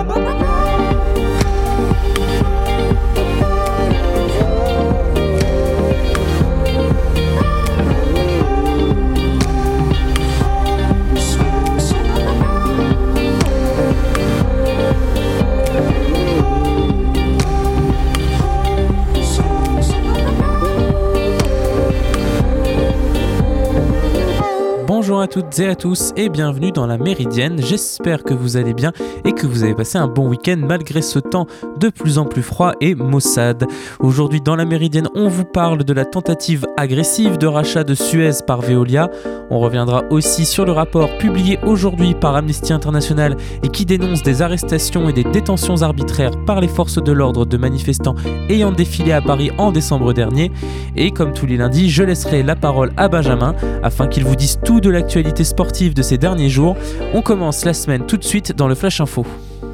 Bonjour à toutes et à tous et bienvenue dans la Méridienne, j'espère que vous allez bien et que vous avez passé un bon week-end malgré ce temps de plus en plus froid et maussade. Aujourd'hui dans la Méridienne, on vous parle de la tentative agressive de rachat de Suez par Veolia. On reviendra aussi sur le rapport publié aujourd'hui par Amnesty International et qui dénonce des arrestations et des détentions arbitraires par les forces de l'ordre de manifestants ayant défilé à Paris en décembre dernier. Et comme tous les lundis, je laisserai la parole à Benjamin afin qu'il vous dise tout de l'actualité sportive de ces derniers jours. On commence la semaine tout de suite dans le Flash Info.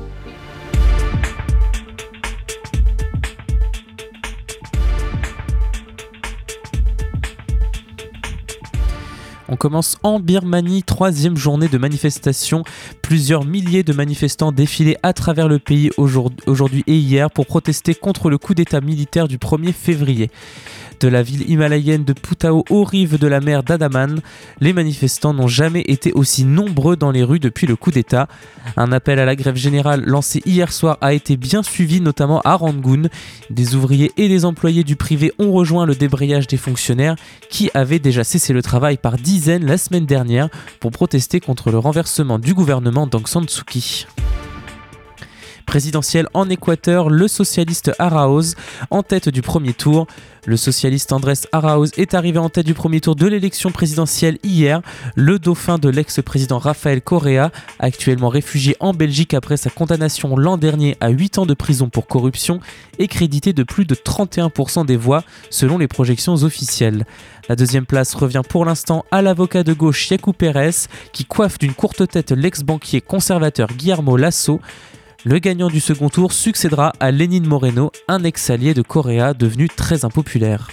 On commence en Birmanie, 3e journée de manifestation. Plusieurs milliers de manifestants défilaient à travers le pays aujourd'hui et hier pour protester contre le coup d'état militaire du 1er février. De la ville himalayenne de Putao aux rives de la mer d'Andaman, les manifestants n'ont jamais été aussi nombreux dans les rues depuis le coup d'état. Un appel à la grève générale lancé hier soir a été bien suivi, notamment à Rangoon. Des ouvriers et des employés du privé ont rejoint le débrayage des fonctionnaires qui avaient déjà cessé le travail par dizaines la semaine dernière pour protester contre le renversement du gouvernement d'Aung San Suu Kyi. Présidentielle en Équateur, le socialiste Arauz en tête du premier tour. Le socialiste Andrés Arauz est arrivé en tête du premier tour de l'élection présidentielle hier. Le dauphin de l'ex-président Rafael Correa, actuellement réfugié en Belgique après sa condamnation l'an dernier à 8 ans de prison pour corruption, est crédité de plus de 31% des voix selon les projections officielles. La deuxième place revient pour l'instant à l'avocat de gauche Yacu Pérez qui coiffe d'une courte tête l'ex-banquier conservateur Guillermo Lasso. Le gagnant du second tour succédera à Lénine Moreno, un ex-allié de Correa devenu très impopulaire.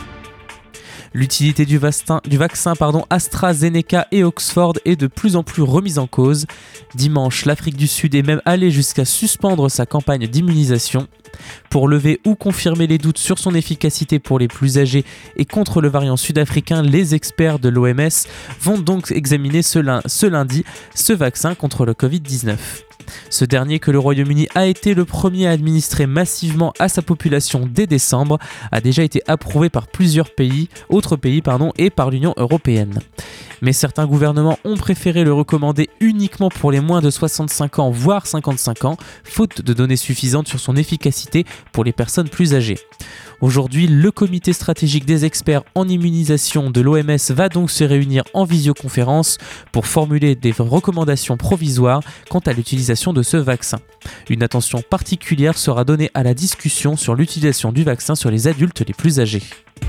L'utilité du vaccin AstraZeneca et Oxford est de plus en plus remise en cause. Dimanche, l'Afrique du Sud est même allée jusqu'à suspendre sa campagne d'immunisation. Pour lever ou confirmer les doutes sur son efficacité pour les plus âgés et contre le variant sud-africain, les experts de l'OMS vont donc examiner ce lundi ce vaccin contre le Covid-19. Ce dernier, que le Royaume-Uni a été le premier à administrer massivement à sa population dès décembre, a déjà été approuvé par plusieurs autres pays et par l'Union européenne. Mais certains gouvernements ont préféré le recommander uniquement pour les moins de 65 ans, voire 55 ans, faute de données suffisantes sur son efficacité pour les personnes plus âgées. Aujourd'hui, le comité stratégique des experts en immunisation de l'OMS va donc se réunir en visioconférence pour formuler des recommandations provisoires quant à l'utilisation de ce vaccin. Une attention particulière sera donnée à la discussion sur l'utilisation du vaccin sur les adultes les plus âgés.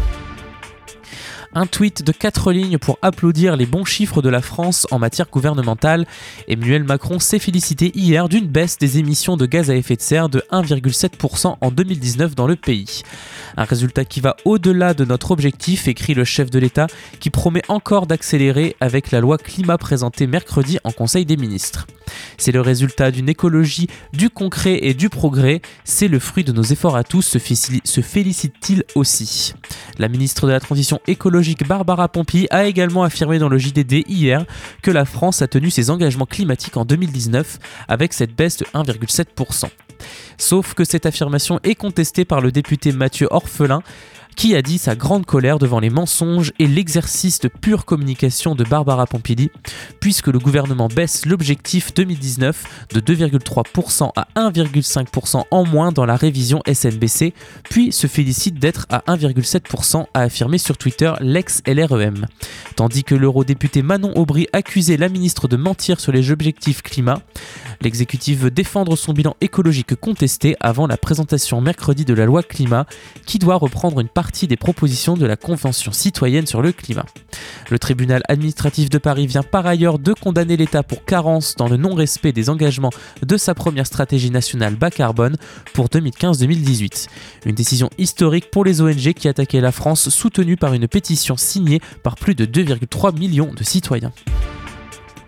Un tweet de 4 lignes pour applaudir les bons chiffres de la France en matière gouvernementale. Emmanuel Macron s'est félicité hier d'une baisse des émissions de gaz à effet de serre de 1,7% en 2019 dans le pays. Un résultat qui va au-delà de notre objectif, écrit le chef de l'État, qui promet encore d'accélérer avec la loi climat présentée mercredi en Conseil des ministres. C'est le résultat d'une écologie, du concret et du progrès. C'est le fruit de nos efforts à tous, se félicite-t-il aussi. La ministre de la Transition écologique Barbara Pompili a également affirmé dans le JDD hier que la France a tenu ses engagements climatiques en 2019 avec cette baisse de 1,7%. Sauf que cette affirmation est contestée par le député Mathieu Orphelin, qui a dit sa grande colère devant les mensonges et l'exercice de pure communication de Barbara Pompili, puisque le gouvernement baisse l'objectif 2019 de 2,3% à 1,5% en moins dans la révision SNBC, puis se félicite d'être à 1,7%, a affirmé sur Twitter l'ex-LREM. Tandis que l'eurodéputé Manon Aubry accusait la ministre de mentir sur les objectifs climat, l'exécutif veut défendre son bilan écologique contesté avant la présentation mercredi de la loi climat, qui doit reprendre une partie des propositions de la Convention citoyenne sur le climat. Le tribunal administratif de Paris vient par ailleurs de condamner l'État pour carence dans le non-respect des engagements de sa première stratégie nationale bas carbone pour 2015-2018. Une décision historique pour les ONG qui attaquaient la France, soutenue par une pétition signée par plus de 2,3 millions de citoyens.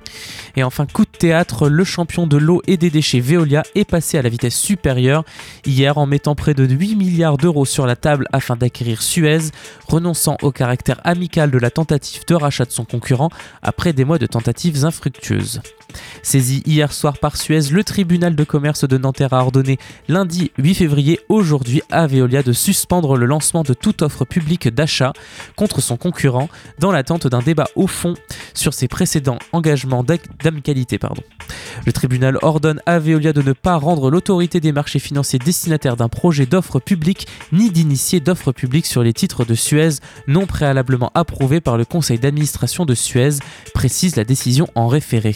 Et enfin, coup de théâtre, le champion de l'eau et des déchets Veolia est passé à la vitesse supérieure hier en mettant près de 8 milliards d'euros sur la table afin d'acquérir Suez, renonçant au caractère amical de la tentative de rachat de son concurrent après des mois de tentatives infructueuses. Saisi hier soir par Suez, le tribunal de commerce de Nanterre a ordonné lundi 8 février, aujourd'hui, à Veolia de suspendre le lancement de toute offre publique d'achat contre son concurrent dans l'attente d'un débat au fond sur ses précédents engagements d'amicalité. Le tribunal ordonne à Veolia de ne pas rendre l'autorité des marchés financiers destinataire d'un projet d'offre publique ni d'initier d'offre publique sur les titres de Suez non préalablement approuvés par le conseil d'administration de Suez, précise la décision en référé.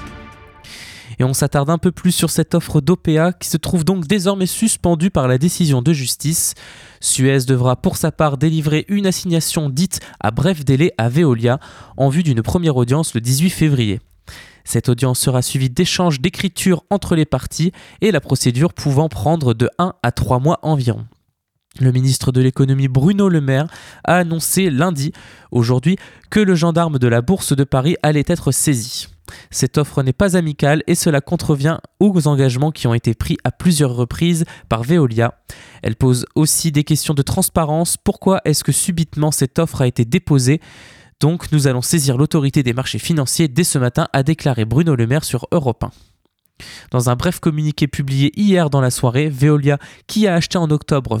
Et on s'attarde un peu plus sur cette offre d'OPA qui se trouve donc désormais suspendue par la décision de justice. Suez devra pour sa part délivrer une assignation dite à bref délai à Veolia en vue d'une première audience le 18 février. Cette audience sera suivie d'échanges d'écriture entre les parties et la procédure pouvant prendre de 1 à 3 mois environ. Le ministre de l'économie Bruno Le Maire a annoncé lundi, aujourd'hui, que le gendarme de la Bourse de Paris allait être saisi. Cette offre n'est pas amicale et cela contrevient aux engagements qui ont été pris à plusieurs reprises par Veolia. Elle pose aussi des questions de transparence. Pourquoi est-ce que subitement cette offre a été déposée ? Donc nous allons saisir l'autorité des marchés financiers dès ce matin, a déclaré Bruno Le Maire sur Europe 1. Dans un bref communiqué publié hier dans la soirée, Veolia, qui a acheté en octobre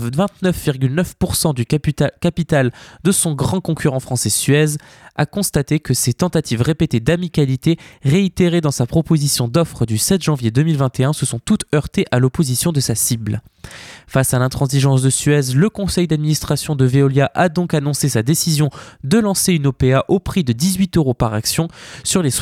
29,9% du capital de son grand concurrent français Suez, a constaté que ses tentatives répétées d'amicalité réitérées dans sa proposition d'offre du 7 janvier 2021 se sont toutes heurtées à l'opposition de sa cible. Face à l'intransigeance de Suez, le conseil d'administration de Veolia a donc annoncé sa décision de lancer une OPA au prix de 18 € par action sur les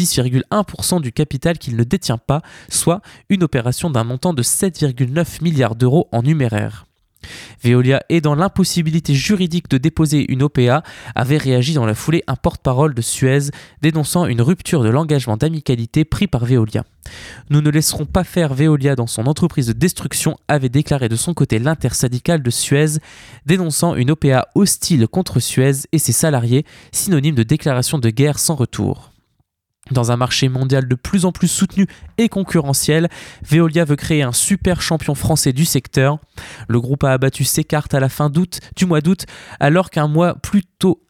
70,1% du capital qu'il ne détient pas, soit une opération d'un montant de 7,9 milliards d'euros en numéraire. Veolia est dans l'impossibilité juridique de déposer une OPA, avait réagi dans la foulée un porte-parole de Suez, dénonçant une rupture de l'engagement d'amicalité pris par Veolia. Nous ne laisserons pas faire Veolia dans son entreprise de destruction, avait déclaré de son côté l'intersyndicale de Suez, dénonçant une OPA hostile contre Suez et ses salariés, synonyme de déclaration de guerre sans retour. Dans un marché mondial de plus en plus soutenu et concurrentiel, Veolia veut créer un super champion français du secteur. Le groupe a abattu ses cartes à la fin du mois d'août, alors qu'un mois plus tôt,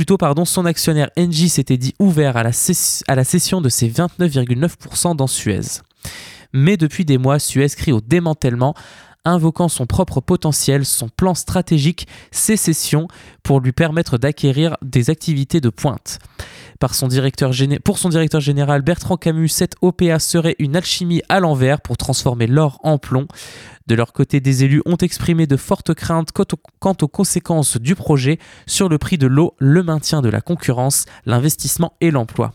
son actionnaire Engie s'était dit ouvert à la cession de ses 29,9% dans Suez. Mais depuis des mois, Suez crie au démantèlement, invoquant son propre potentiel, son plan stratégique, ses cessions, pour lui permettre d'acquérir des activités de pointe. Pour son directeur général Bertrand Camus, cette OPA serait une alchimie à l'envers pour transformer l'or en plomb. De leur côté, des élus ont exprimé de fortes craintes quant aux conséquences du projet sur le prix de l'eau, le maintien de la concurrence, l'investissement et l'emploi.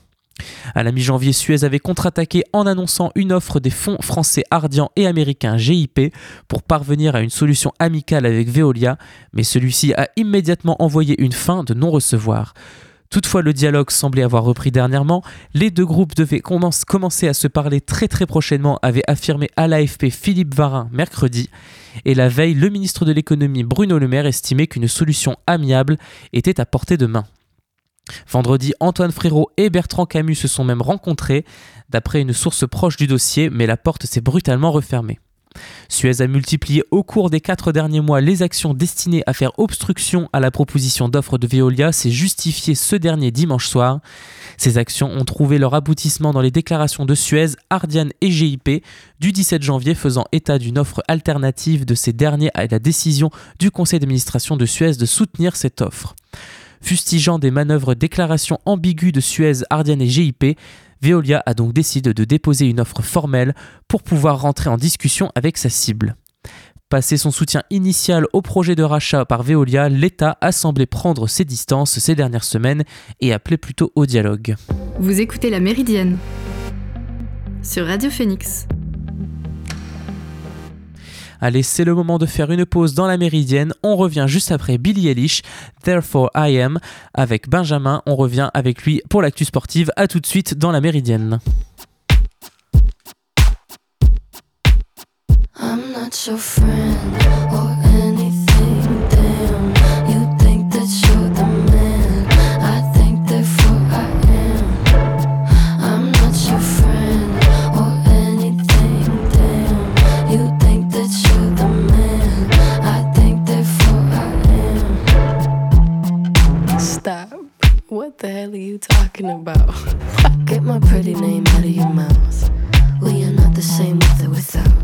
À la mi-janvier, Suez avait contre-attaqué en annonçant une offre des fonds français Ardian et américains GIP pour parvenir à une solution amicale avec Veolia, mais celui-ci a immédiatement envoyé une fin de non-recevoir. Toutefois, le dialogue semblait avoir repris dernièrement. Les deux groupes devaient commencer à se parler très prochainement, avait affirmé à l'AFP Philippe Varin mercredi. Et la veille, le ministre de l'économie Bruno Le Maire estimait qu'une solution amiable était à portée de main. Vendredi, Antoine Frérot et Bertrand Camus se sont même rencontrés, d'après une source proche du dossier, mais la porte s'est brutalement refermée. Suez a multiplié au cours des 4 derniers mois les actions destinées à faire obstruction à la proposition d'offre de Veolia, s'est justifié ce dernier dimanche soir. Ces actions ont trouvé leur aboutissement dans les déclarations de Suez, Ardian et GIP du 17 janvier faisant état d'une offre alternative de ces derniers à la décision du conseil d'administration de Suez de soutenir cette offre. Fustigeant des manœuvres déclarations ambiguës de Suez, Ardian et GIP, Veolia a donc décidé de déposer une offre formelle pour pouvoir rentrer en discussion avec sa cible. Passé son soutien initial au projet de rachat par Veolia, l'État a semblé prendre ses distances ces dernières semaines et appelé plutôt au dialogue. Vous écoutez La Méridienne sur Radio Phoenix. Allez, c'est le moment de faire une pause dans la Méridienne. On revient juste après Billie Eilish, Therefore I Am, avec Benjamin. On revient avec lui pour l'actu sportive. À tout de suite dans la Méridienne. I'm not your friend or anything, damn. You think that you're the man, I think therefore I am. I'm not your pretty name out of your mouth. Well, you're not the same with or without.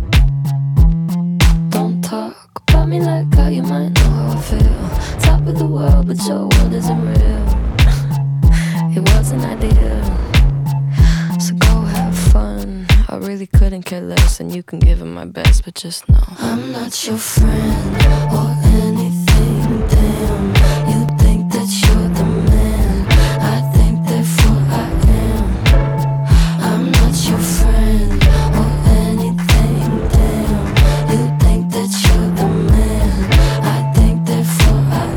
Don't talk about me like how you might know how I feel. Top of the world, but your world isn't real. It wasn't ideal. So go have fun. I really couldn't care less, and you can give it my best, but just know I'm not your friend or anything. Damn, you think that you're the man. I think therefore I am. I'm not your friend or anything. Damn, you think that you're the man. I think therefore I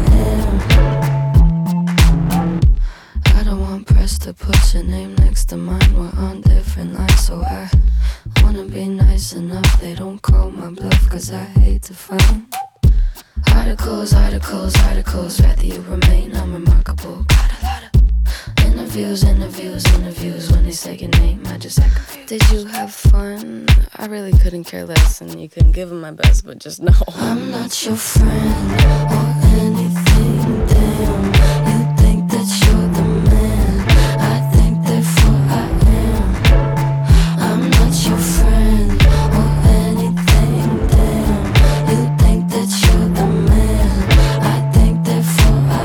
am. I don't want press to put your name next to mine. We're on different lines, so I wanna be nice enough. They don't call my bluff, cause I hate to fight. Articles, articles, articles, rather you remain unremarkable. Got a lot of interviews, interviews, interviews. When they say your name, I just act confused. Did you have fun? I really couldn't care less, and you couldn't give them my best, but just know I'm not your friend or anything. Damn, you think that you're the man. I think therefore I am. I'm not your friend or anything. Damn, you think that you're the man. I think therefore I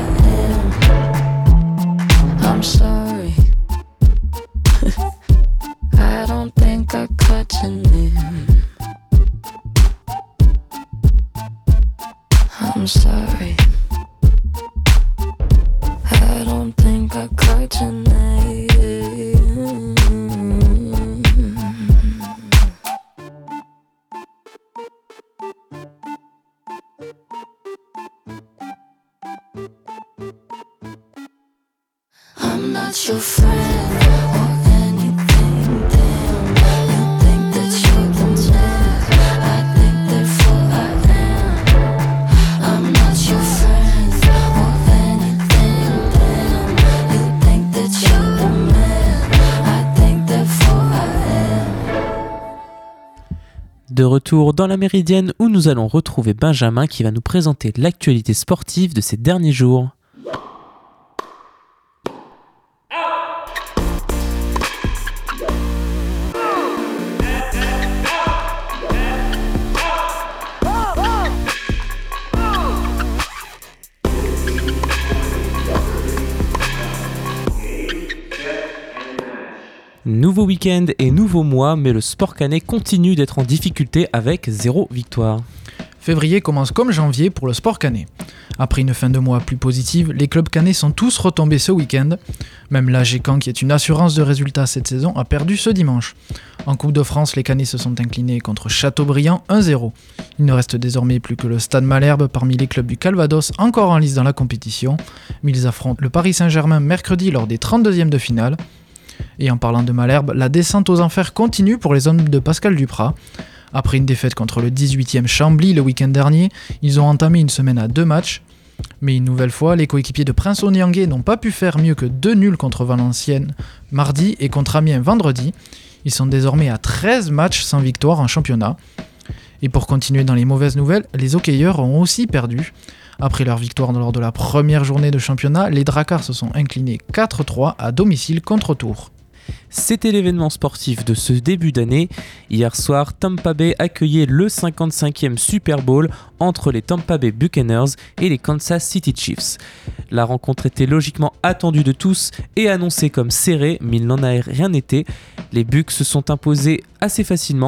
am. I'm sorry. I don't think I caught your name. I'm sorry. I don't think I caught your name. I'm not your friend or anything. Damn, you think that you're the man. I think therefore I am. I'm not your friend or anything. Damn, you think that you're the man. I think therefore I am. De retour dans la Méridienne où nous allons retrouver Benjamin qui va nous présenter l'actualité sportive de ces derniers jours. Nouveau week-end et nouveau mois, mais le sport canet continue d'être en difficulté avec 0 victoire. Février commence comme janvier pour le sport canet. Après une fin de mois plus positive, les clubs canets sont tous retombés ce week-end. Même l'AG Caen, qui est une assurance de résultats cette saison, a perdu ce dimanche. En Coupe de France, les Canets se sont inclinés contre Châteaubriand 1-0. Il ne reste désormais plus que le Stade Malherbe parmi les clubs du Calvados encore en lice dans la compétition, mais ils affrontent le Paris Saint-Germain mercredi lors des 32e de finale. Et en parlant de Malherbe, la descente aux enfers continue pour les hommes de Pascal Duprat. Après une défaite contre le 18e Chambly le week-end dernier, ils ont entamé une semaine à 2 matchs. Mais une nouvelle fois, les coéquipiers de Prince Onyangé n'ont pas pu faire mieux que 2 nuls contre Valenciennes mardi et contre Amiens vendredi. Ils sont désormais à 13 matchs sans victoire en championnat. Et pour continuer dans les mauvaises nouvelles, les hockeyeurs ont aussi perdu. Après leur victoire lors de la première journée de championnat, les Dracards se sont inclinés 4-3 à domicile contre Tours. C'était l'événement sportif de ce début d'année. Hier soir, Tampa Bay accueillait le 55e Super Bowl entre les Tampa Bay Buccaneers et les Kansas City Chiefs. La rencontre était logiquement attendue de tous et annoncée comme serrée, mais il n'en a rien été. Les Bucs se sont imposés assez facilement,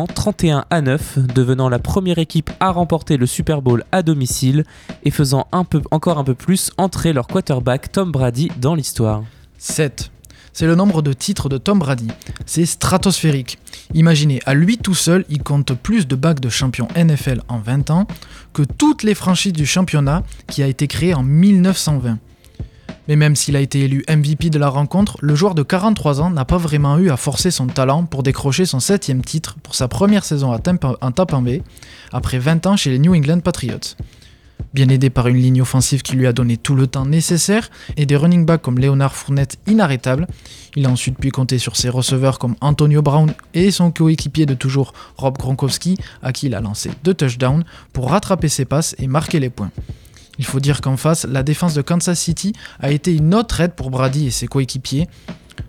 31-9, devenant la première équipe à remporter le Super Bowl à domicile et faisant encore un peu plus entrer leur quarterback Tom Brady dans l'histoire. 7. C'est le nombre de titres de Tom Brady. C'est stratosphérique. Imaginez, à lui tout seul, il compte plus de bagues de champion NFL en 20 ans que toutes les franchises du championnat qui a été créé en 1920. Mais même s'il a été élu MVP de la rencontre, le joueur de 43 ans n'a pas vraiment eu à forcer son talent pour décrocher son 7e titre pour sa première saison en Tampa Bay, après 20 ans chez les New England Patriots. Bien aidé par une ligne offensive qui lui a donné tout le temps nécessaire et des running backs comme Leonard Fournette inarrêtables, il a ensuite pu compter sur ses receveurs comme Antonio Brown et son coéquipier de toujours Rob Gronkowski, à qui il a lancé 2 touchdowns pour rattraper ses passes et marquer les points. Il faut dire qu'en face, la défense de Kansas City a été une autre aide pour Brady et ses coéquipiers.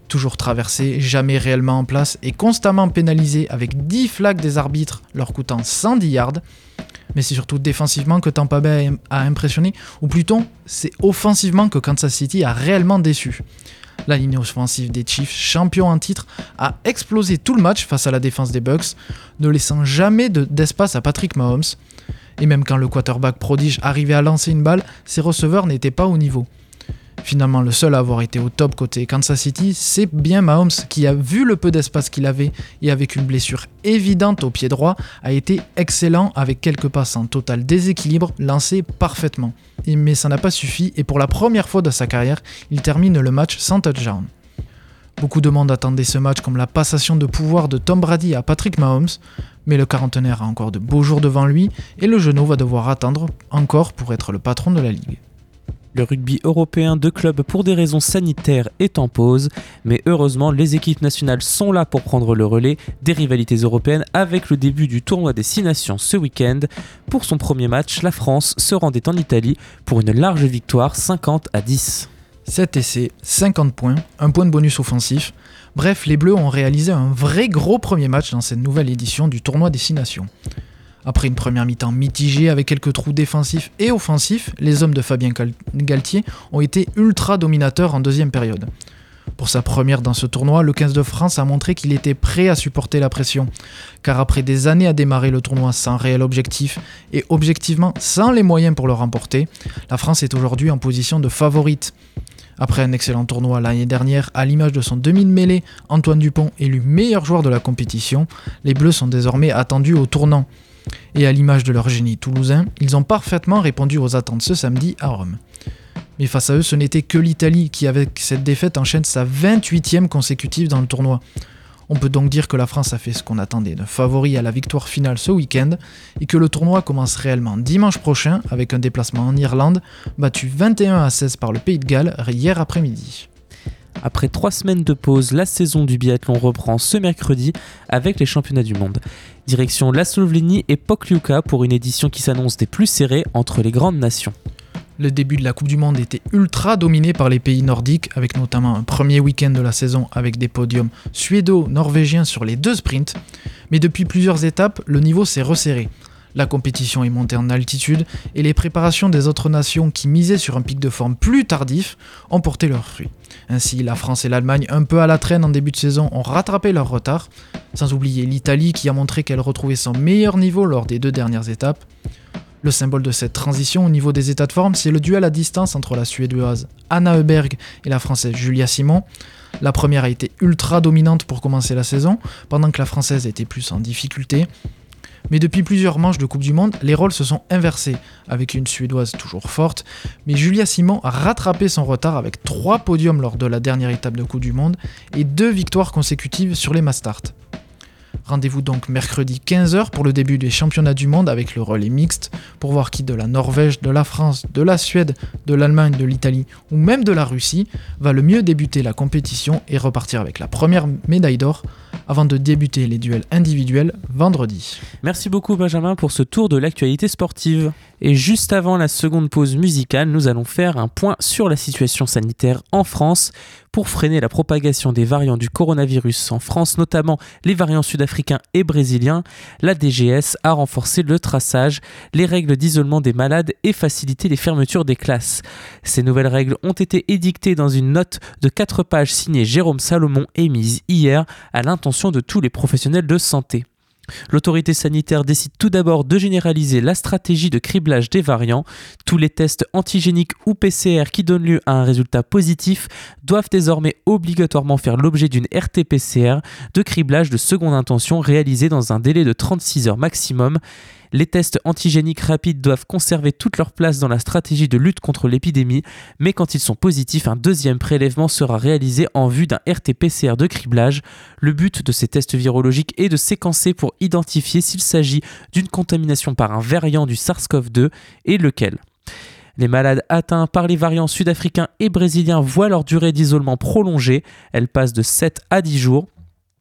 Toujours traversés, jamais réellement en place et constamment pénalisés avec 10 flags des arbitres leur coûtant 110 yards. Mais c'est surtout défensivement que Tampa Bay a impressionné, ou plutôt c'est offensivement que Kansas City a réellement déçu. La ligne offensive des Chiefs, champions en titre, a explosé tout le match face à la défense des Bucks, ne laissant jamais d'espace à Patrick Mahomes. Et même quand le quarterback prodige arrivait à lancer une balle, ses receveurs n'étaient pas au niveau. Finalement, le seul à avoir été au top côté Kansas City, c'est bien Mahomes qui a vu le peu d'espace qu'il avait et avec une blessure évidente au pied droit, a été excellent avec quelques passes en total déséquilibre lancées parfaitement. Mais ça n'a pas suffi et pour la première fois de sa carrière, il termine le match sans touchdown. Beaucoup de monde attendait ce match comme la passation de pouvoir de Tom Brady à Patrick Mahomes, mais le quarantenaire a encore de beaux jours devant lui et le genou va devoir attendre encore pour être le patron de la ligue. Le rugby européen de clubs pour des raisons sanitaires est en pause, mais heureusement les équipes nationales sont là pour prendre le relais des rivalités européennes avec le début du tournoi des 6 nations ce week-end. Pour son premier match, la France se rendait en Italie pour une large victoire 50-10. 7 essais, 50 points, un point de bonus offensif. Bref, les Bleus ont réalisé un vrai gros premier match dans cette nouvelle édition du tournoi des 6 nations. Après une première mi-temps mitigée avec quelques trous défensifs et offensifs, les hommes de Fabien Galtier ont été ultra dominateurs en deuxième période. Pour sa première dans ce tournoi, le 15 de France a montré qu'il était prêt à supporter la pression, car après des années à démarrer le tournoi sans réel objectif et objectivement sans les moyens pour le remporter, la France est aujourd'hui en position de favorite. Après un excellent tournoi l'année dernière, à l'image de son demi de mêlée, Antoine Dupont élu meilleur joueur de la compétition, les Bleus sont désormais attendus au tournant. Et à l'image de leur génie toulousain, ils ont parfaitement répondu aux attentes ce samedi à Rome. Mais face à eux, ce n'était que l'Italie qui, avec cette défaite, enchaîne sa 28e consécutive dans le tournoi. On peut donc dire que la France a fait ce qu'on attendait d'un favori à la victoire finale ce week-end et que le tournoi commence réellement dimanche prochain avec un déplacement en Irlande, battu 21-16 par le Pays de Galles hier après-midi. Après 3 semaines de pause, la saison du biathlon reprend ce mercredi avec les championnats du monde. Direction la Slovénie et Pokljuka pour une édition qui s'annonce des plus serrées entre les grandes nations. Le début de la Coupe du Monde était ultra dominé par les pays nordiques, avec notamment un premier week-end de la saison avec des podiums suédo-norvégiens sur les 2 sprints. Mais depuis plusieurs étapes, le niveau s'est resserré. La compétition est montée en altitude et les préparations des autres nations qui misaient sur un pic de forme plus tardif ont porté leurs fruits. Ainsi, la France et l'Allemagne, un peu à la traîne en début de saison, ont rattrapé leur retard, sans oublier l'Italie qui a montré qu'elle retrouvait son meilleur niveau lors des 2 dernières étapes. Le symbole de cette transition au niveau des états de forme, c'est le duel à distance entre la Suédoise Anna Öberg et la Française Julia Simon. La première a été ultra dominante pour commencer la saison, pendant que la Française était plus en difficulté. Mais depuis plusieurs manches de Coupe du Monde, les rôles se sont inversés, avec une Suédoise toujours forte, mais Julia Simon a rattrapé son retard avec 3 podiums lors de la dernière étape de Coupe du Monde et 2 victoires consécutives sur les mass start. Rendez-vous donc mercredi 15h pour le début des championnats du monde avec le relais mixte pour voir qui de la Norvège, de la France, de la Suède, de l'Allemagne, de l'Italie ou même de la Russie va le mieux débuter la compétition et repartir avec la première médaille d'or avant de débuter les duels individuels vendredi. Merci beaucoup Benjamin pour ce tour de l'actualité sportive. Et juste avant la seconde pause musicale, nous allons faire un point sur la situation sanitaire en France. Pour freiner la propagation des variants du coronavirus en France, notamment les variants sud-africains et brésiliens, la DGS a renforcé le traçage, les règles d'isolement des malades et facilité les fermetures des classes. Ces nouvelles règles ont été édictées dans une note de 4 pages signée Jérôme Salomon émise hier à l'intention de tous les professionnels de santé. L'autorité sanitaire décide tout d'abord de généraliser la stratégie de criblage des variants. Tous les tests antigéniques ou PCR qui donnent lieu à un résultat positif doivent désormais obligatoirement faire l'objet d'une RT-PCR de criblage de seconde intention réalisée dans un délai de 36 heures maximum. Les tests antigéniques rapides doivent conserver toute leur place dans la stratégie de lutte contre l'épidémie, mais quand ils sont positifs, un deuxième prélèvement sera réalisé en vue d'un RT-PCR de criblage. Le but de ces tests virologiques est de séquencer pour identifier s'il s'agit d'une contamination par un variant du SARS-CoV-2 et lequel. Les malades atteints par les variants sud-africains et brésiliens voient leur durée d'isolement prolongée. Elle passe de 7 à 10 jours.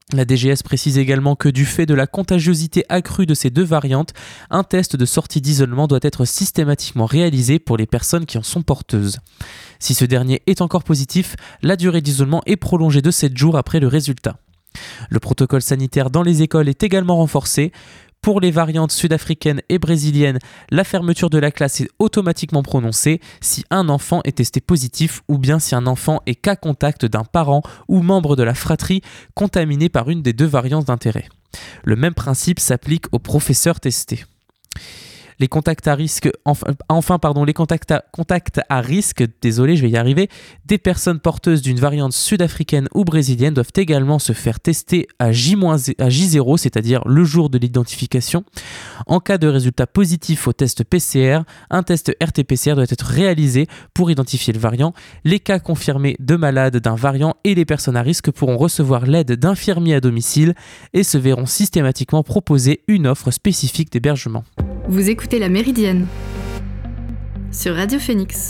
La DGS précise également que du fait de la contagiosité accrue de ces deux variantes, un test de sortie d'isolement doit être systématiquement réalisé pour les personnes qui en sont porteuses. Si ce dernier est encore positif, la durée d'isolement est prolongée de 7 jours après le résultat. Le protocole sanitaire dans les écoles est également renforcé. Pour les variantes sud-africaines et brésiliennes, la fermeture de la classe est automatiquement prononcée si un enfant est testé positif ou bien si un enfant est cas contact d'un parent ou membre de la fratrie contaminé par une des deux variantes d'intérêt. Le même principe s'applique aux professeurs testés. Les contacts à risque, les contacts à risque, des personnes porteuses d'une variante sud-africaine ou brésilienne doivent également se faire tester à J0, c'est-à-dire le jour de l'identification. En cas de résultat positif au test PCR, un test RT-PCR doit être réalisé pour identifier le variant. Les cas confirmés de malades d'un variant et les personnes à risque pourront recevoir l'aide d'infirmiers à domicile et se verront systématiquement proposer une offre spécifique d'hébergement. Vous écoutez La Méridienne sur Radio Phoenix.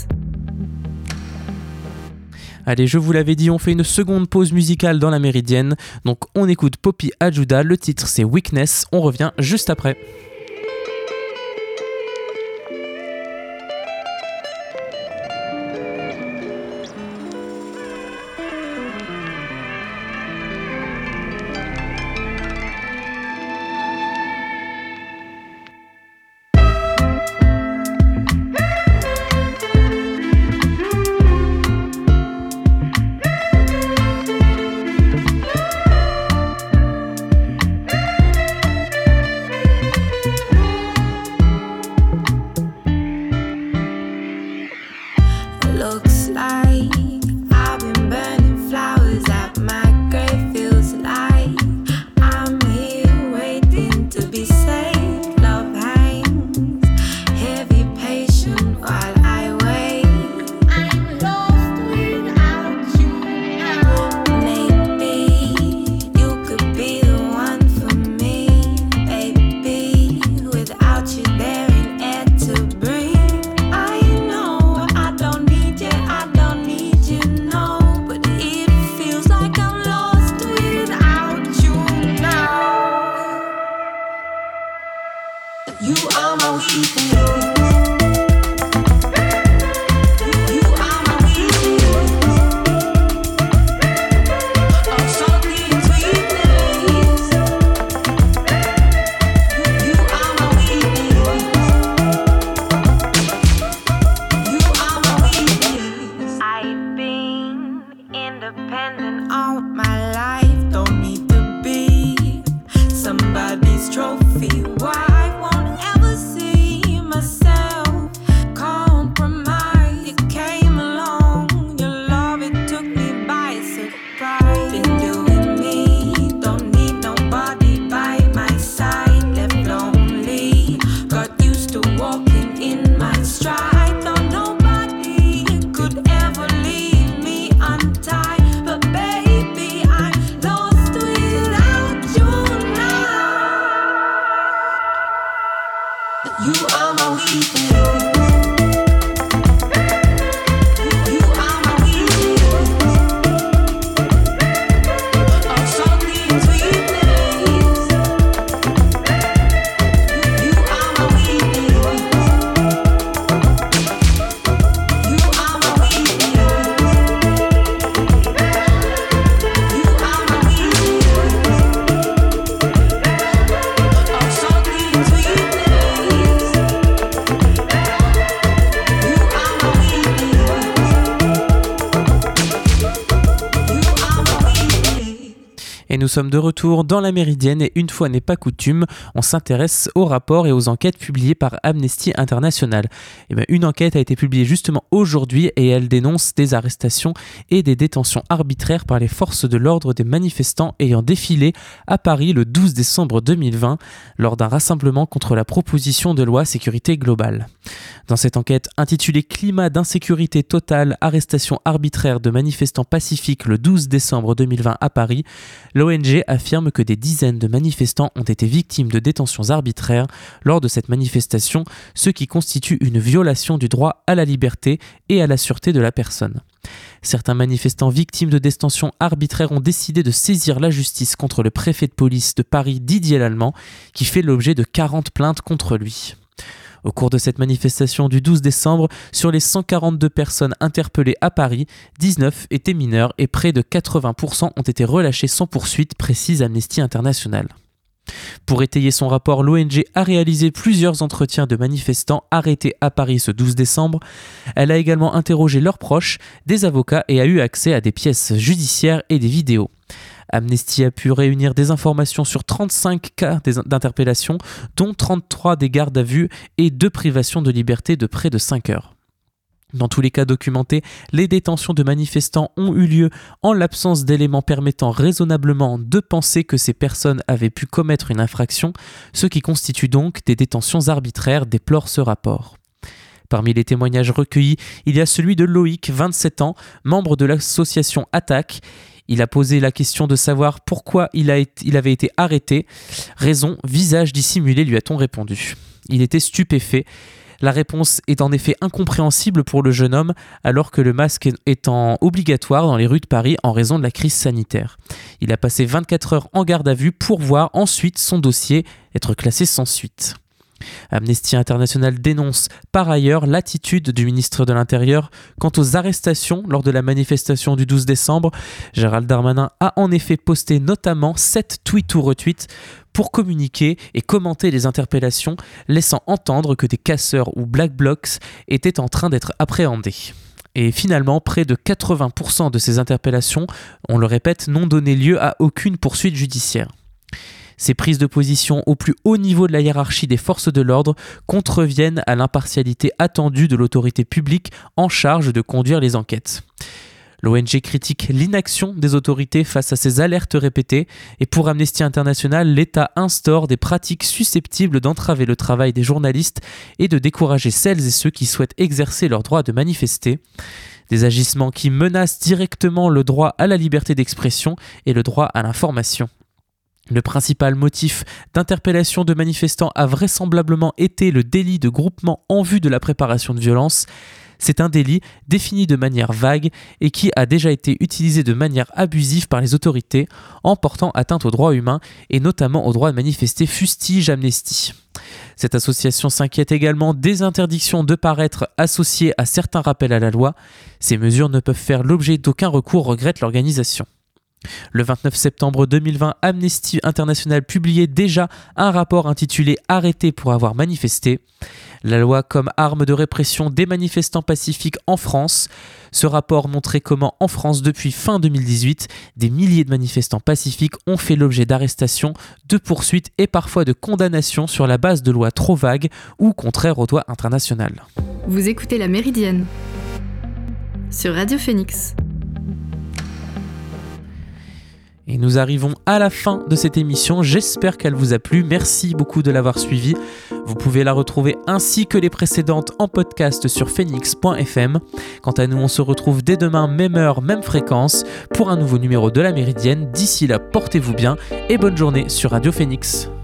Allez, je vous l'avais dit, on fait une seconde pause musicale dans La Méridienne. Donc on écoute Poppy Ajuda, le titre c'est Weakness, on revient juste après. Nous sommes de retour dans la Méridienne et une fois n'est pas coutume, on s'intéresse aux rapports et aux enquêtes publiées par Amnesty International. Une enquête a été publiée justement aujourd'hui et elle dénonce des arrestations et des détentions arbitraires par les forces de l'ordre des manifestants ayant défilé à Paris le 12 décembre 2020 lors d'un rassemblement contre la proposition de loi sécurité globale. Dans cette enquête intitulée « Climat d'insécurité totale, arrestation arbitraire de manifestants pacifiques le 12 décembre 2020 à Paris », l'ONG affirme que des dizaines de manifestants ont été victimes de détentions arbitraires lors de cette manifestation, ce qui constitue une violation du droit à la liberté et à la sûreté de la personne. Certains manifestants victimes de détentions arbitraires ont décidé de saisir la justice contre le préfet de police de Paris, Didier Lallemand, qui fait l'objet de 40 plaintes contre lui. Au cours de cette manifestation du 12 décembre, sur les 142 personnes interpellées à Paris, 19 étaient mineures et près de 80% ont été relâchés sans poursuite, précise Amnesty International. Pour étayer son rapport, l'ONG a réalisé plusieurs entretiens de manifestants arrêtés à Paris ce 12 décembre. Elle a également interrogé leurs proches, des avocats et a eu accès à des pièces judiciaires et des vidéos. Amnesty a pu réunir des informations sur 35 cas d'interpellation, dont 33 des gardes à vue et 2 privations de liberté de près de 5 heures. Dans tous les cas documentés, les détentions de manifestants ont eu lieu en l'absence d'éléments permettant raisonnablement de penser que ces personnes avaient pu commettre une infraction, ce qui constitue donc des détentions arbitraires, déplore ce rapport. Parmi les témoignages recueillis, il y a celui de Loïc, 27 ans, membre de l'association Attaque. Il a posé la question de savoir pourquoi il avait été arrêté. Raison, visage dissimulé, lui a-t-on répondu. Il était stupéfait. La réponse est en effet incompréhensible pour le jeune homme, alors que le masque étant obligatoire dans les rues de Paris en raison de la crise sanitaire. Il a passé 24 heures en garde à vue pour voir ensuite son dossier être classé sans suite. Amnesty International dénonce par ailleurs l'attitude du ministre de l'Intérieur quant aux arrestations lors de la manifestation du 12 décembre. Gérald Darmanin a en effet posté notamment 7 tweets ou retweets pour communiquer et commenter les interpellations, laissant entendre que des casseurs ou black blocs étaient en train d'être appréhendés. Et finalement, près de 80% de ces interpellations, on le répète, n'ont donné lieu à aucune poursuite judiciaire. Ces prises de position au plus haut niveau de la hiérarchie des forces de l'ordre contreviennent à l'impartialité attendue de l'autorité publique en charge de conduire les enquêtes. L'ONG critique l'inaction des autorités face à ces alertes répétées et pour Amnesty International, l'État instaure des pratiques susceptibles d'entraver le travail des journalistes et de décourager celles et ceux qui souhaitent exercer leur droit de manifester. Des agissements qui menacent directement le droit à la liberté d'expression et le droit à l'information. Le principal motif d'interpellation de manifestants a vraisemblablement été le délit de groupement en vue de la préparation de violences. C'est un délit défini de manière vague et qui a déjà été utilisé de manière abusive par les autorités en portant atteinte aux droits humains et notamment au droit de manifester, fustige Amnesty. Cette association s'inquiète également des interdictions de paraître associées à certains rappels à la loi. Ces mesures ne peuvent faire l'objet d'aucun recours, regrette l'organisation. Le 29 septembre 2020, Amnesty International publiait déjà un rapport intitulé « Arrêtés pour avoir manifesté ». La loi comme arme de répression des manifestants pacifiques en France. Ce rapport montrait comment, en France, depuis fin 2018, des milliers de manifestants pacifiques ont fait l'objet d'arrestations, de poursuites et parfois de condamnations sur la base de lois trop vagues ou contraires au droit international. Vous écoutez La Méridienne sur Radio Phoenix. Et nous arrivons à la fin de cette émission, j'espère qu'elle vous a plu, merci beaucoup de l'avoir suivie. Vous pouvez la retrouver ainsi que les précédentes en podcast sur phoenix.fm. Quant à nous, on se retrouve dès demain, même heure, même fréquence, pour un nouveau numéro de La Méridienne. D'ici là, portez-vous bien et bonne journée sur Radio Phoenix.